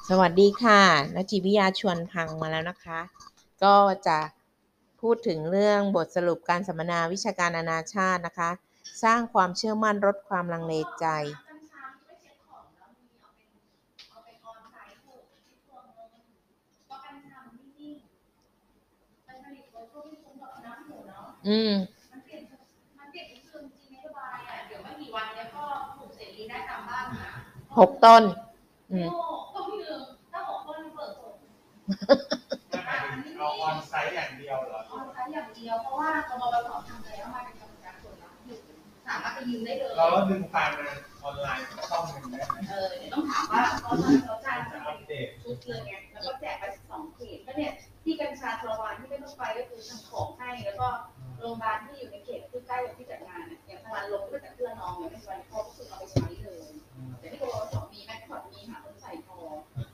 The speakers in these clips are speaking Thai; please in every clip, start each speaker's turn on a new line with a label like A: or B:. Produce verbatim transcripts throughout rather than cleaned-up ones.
A: สวัสดีค่ะนักจิตวิทยาชวนพังมาแล้วนะคะก็จะพูดถึงเรื่องบทสรุปการสัมมนาวิชาการนานาชาตินะคะสร้างความเชื่อมั่นลดความลังเลใจอืมหกต้นอืม
B: เอาออนไซต์อย่างเดียวเหรอออนไซต์อย่างเดียวเพราะว่ากบพ.ทำแล้วมาเป็นกรรมการส่วนรับอยู่สามารถไปยืมได้เลยเราก็ดึงไฟล์มาออนไลน์ช่องหนึ่งได้ไหมเออเดี๋ยวต้องถามว่าเขาเขาจ้างจะอัปเดตชุดเลยไงแล้วก็แจกไปสองเขตก็เนี่ยที่กัญชาทรวานที่ไม่ต้องไปก็คือทำของให้แล้วก็โรงพยาบาลที่อยู่ในเขตที่ใกล้กับที่จัดงานเนี่ยอย่างทางลงก็จะเพื่อนน้องเนี่ยไม่ใช่เขาก็คือเอาไปใช้เลยแต่ที่กบพ.มีแม็กพอดมีหาคนใส่พอ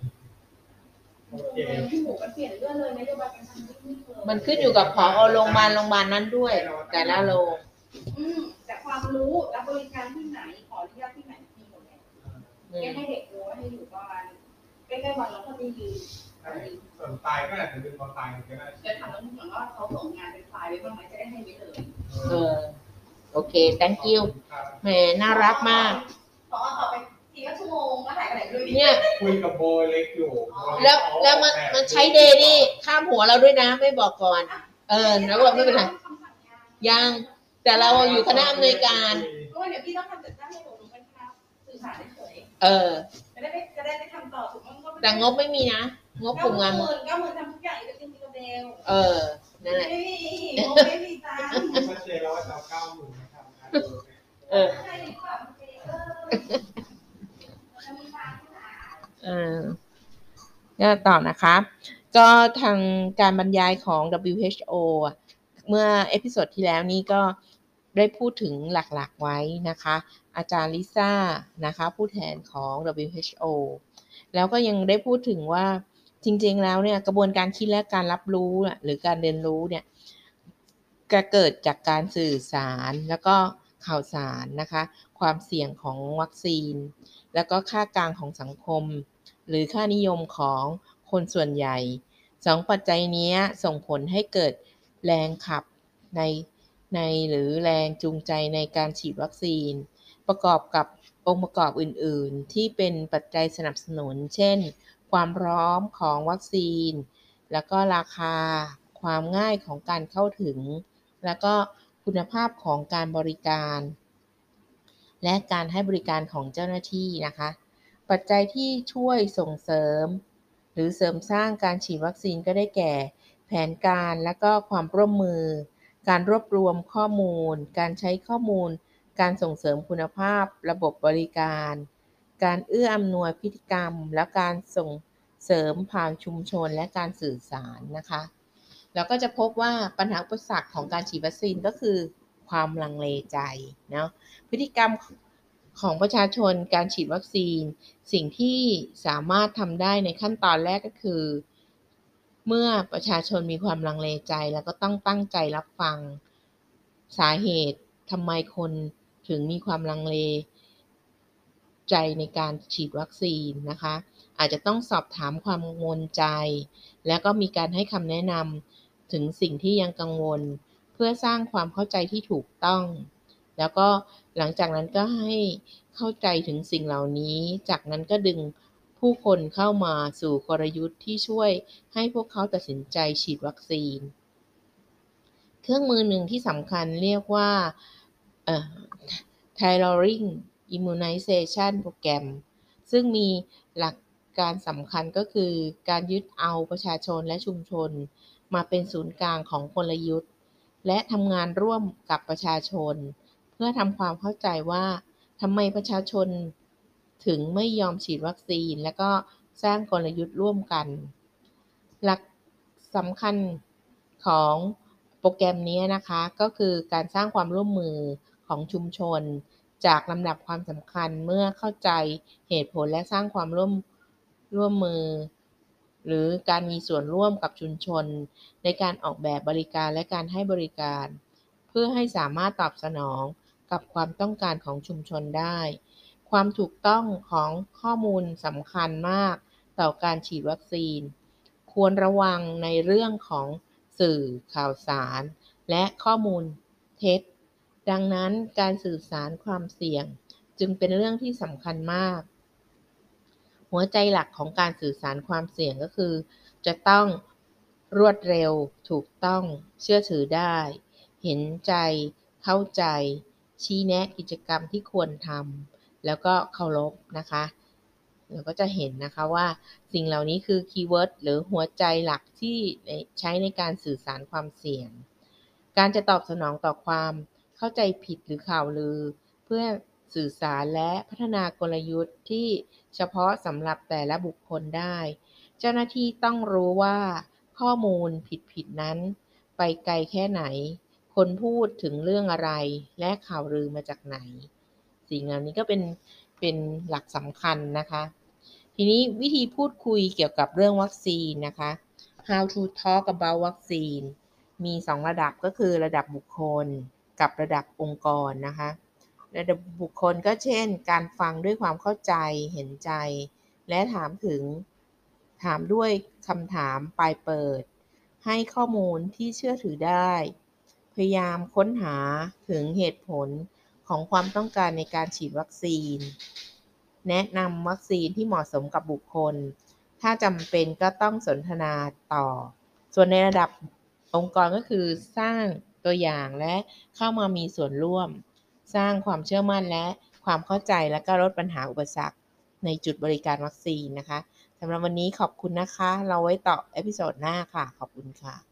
A: มันขึ้นอยู่กับผอโรงพยาบาลโรงพยาบาลนั้นด้วยแต่ละโรง
B: อืมแต่ความรู้และบริการที่ไหนขออนุญาตที่ไหนมีหมดเลยแค่ให้เด็กรู้ว่าให้อยู่ประมาณใกล้ๆวันแล้วก็ได้ยืนส่วนไฟล์ก็อาจจะดึงมาไฟล์ก็ได้จะถามน้องหน่อยว่าเขาส่งงานเป็นไฟล์ไว้บ้างไหมจะได้ให้ไว้เลย
A: เออโอเค thank you แหมน่ารักมาก
B: ขอต่อไปทีละชั่วโมงก็ถ่ายกันไหนด้วย
A: เนี่ย
B: คุยกับโบเล็กอยู่
A: แล้วแล้วมันมันใช้เดย์นี่ข้ามหัวเราด้วยนะไม่บอกก่อนเออแล้วบอกไม่เป็นไรยังแต่เราอยู่คณะอำนวยการ
B: เพราะว่าเดี๋ยวพี่ต้องทำจัดจ้างให้หนูหนูเป็นคณะสื่อสารเฉย
A: เออ
B: จะได้ไม่จะได้ไม่ทำต่อถูกมั้ง
A: แต่งบไม่มีนะงบกลุ่มงาน
B: เก้าหมื่นเก้าหมื่นทำทุกอย่างอีกจริงๆเบล
A: เออนั่นแหละ
B: ไม่มีงบไม่มีตังค์ชัดเจนแล้วว่าจะเอาเก้าหมื่นนะครับ
A: เออเออก็ต่อนะคะก็ทางการบรรยายของ ดับเบิลยู เอช โอ เมื่อเอพิโซดที่แล้วนี้ก็ได้พูดถึงหลักๆไว้นะคะอาจารย์ลิซ่านะคะผู้แทนของ ดับเบิลยู เอช โอ แล้วก็ยังได้พูดถึงว่าจริงๆแล้วเนี่ยกระบวนการคิดและการรับรู้หรือการเรียนรู้เนี่ยจะเกิดจากการสื่อสารแล้วก็ข่าวสารนะคะความเสี่ยงของวัคซีนแล้วก็ค่ากลางของสังคมหรือค่านิยมของคนส่วนใหญ่สองปัจจัยนี้ส่งผลให้เกิดแรงขับในในหรือแรงจูงใจในการฉีดวัคซีนประกอบกับองค์ประกอบอื่นๆที่เป็นปัจจัยสนับสนุนเช่นความพร้อมของวัคซีนแล้วก็ราคาความง่ายของการเข้าถึงแล้วก็คุณภาพของการบริการและการให้บริการของเจ้าหน้าที่นะคะปัจจัยที่ช่วยส่งเสริมหรือเสริมสร้างการฉีดวัคซีนก็ได้แก่แผนการและก็ความร่วมมือการรวบรวมข้อมูลการใช้ข้อมูลการส่งเสริมคุณภาพระบบบริการการเอื้ออำนวยพฤติกรรมและการส่งเสริมผ่านชุมชนและการสื่อสารนะคะแล้วก็จะพบว่าปัญหาอุปสรรคของการฉีดวัคซีนก็คือความลังเลใจเนาะพฤติกรรมของประชาชนการฉีดวัคซีนสิ่งที่สามารถทำได้ในขั้นตอนแรกก็คือเมื่อประชาชนมีความลังเลใจแล้วก็ต้องตั้งใจรับฟังสาเหตุทำไมคนถึงมีความลังเลใจในการฉีดวัคซีนนะคะอาจจะต้องสอบถามความกังวลใจแล้วก็มีการให้คำแนะนำถึงสิ่งที่ยังกังวลเพื่อสร้างความเข้าใจที่ถูกต้องแล้วก็หลังจากนั้นก็ให้เข้าใจถึงสิ่งเหล่านี้จากนั้นก็ดึงผู้คนเข้ามาสู่กลยุทธ์ที่ช่วยให้พวกเขาตัดสินใจฉีดวัคซีนเครื่องมือหนึ่งที่สำคัญเรียกว่าเอ่อ Tailoring Immunization Program ซึ่งมีหลักการสำคัญก็คือการยึดเอาประชาชนและชุมชนมาเป็นศูนย์กลางของกลยุทธ์และทำงานร่วมกับประชาชนเพื่อทำความเข้าใจว่าทำไมประชาชนถึงไม่ยอมฉีดวัคซีนและก็สร้างกลยุทธ์ร่วมกันหลักสำคัญของโปรแกรมนี้นะคะก็คือการสร้างความร่วมมือของชุมชนจากลำดับความสำคัญเมื่อเข้าใจเหตุผลและสร้างความร่วมร่วมมือหรือการมีส่วนร่วมกับชุมชนในการออกแบบบริการและการให้บริการเพื่อให้สามารถตอบสนองกับความต้องการของชุมชนได้ความถูกต้องของข้อมูลสำคัญมากต่อการฉีดวัคซีนควรระวังในเรื่องของสื่อข่าวสารและข้อมูลเท็จดังนั้นการสื่อสารความเสี่ยงจึงเป็นเรื่องที่สำคัญมากหัวใจหลักของการสื่อสารความเสี่ยงก็คือจะต้องรวดเร็วถูกต้องเชื่อถือได้เห็นใจเข้าใจชี้แนะกิจกรรมที่ควรทำแล้วก็เคารพนะคะเราก็จะเห็นนะคะว่าสิ่งเหล่านี้คือคีย์เวิร์ดหรือหัวใจหลักที่ใช้ในการสื่อสารความเสี่ยงการจะตอบสนองต่อความเข้าใจผิดหรือข่าวลือเพื่อสื่อสารและพัฒนากลยุทธ์ที่เฉพาะสำหรับแต่ละบุคคลได้เจ้าหน้าที่ต้องรู้ว่าข้อมูลผิดๆนั้นไปไกลแค่ไหนคนพูดถึงเรื่องอะไรและข่าวลือมาจากไหนสิ่งเหล่านี้ก็เป็นเป็นหลักสำคัญนะคะทีนี้วิธีพูดคุยเกี่ยวกับเรื่องวัคซีนนะคะ how to talk about วัคซีนมีสองระดับก็คือระดับบุคคลกับระดับองค์กรนะคะระดับบุคคลก็เช่นการฟังด้วยความเข้าใจเห็นใจและถามถึงถามด้วยคำถามปลายเปิดให้ข้อมูลที่เชื่อถือได้พยายามค้นหาถึงเหตุผลของความต้องการในการฉีดวัคซีนแนะนำวัคซีนที่เหมาะสมกับบุคคลถ้าจำเป็นก็ต้องสนทนาต่อส่วนในระดับองค์กรก็คือสร้างตัวอย่างและเข้ามามีส่วนร่วมสร้างความเชื่อมั่นและความเข้าใจและก็ลดปัญหาอุปสรรคในจุดบริการวัคซีนนะคะสำหรับวันนี้ขอบคุณนะคะเราไว้ต่อเอพิโซดหน้าค่ะขอบคุณค่ะ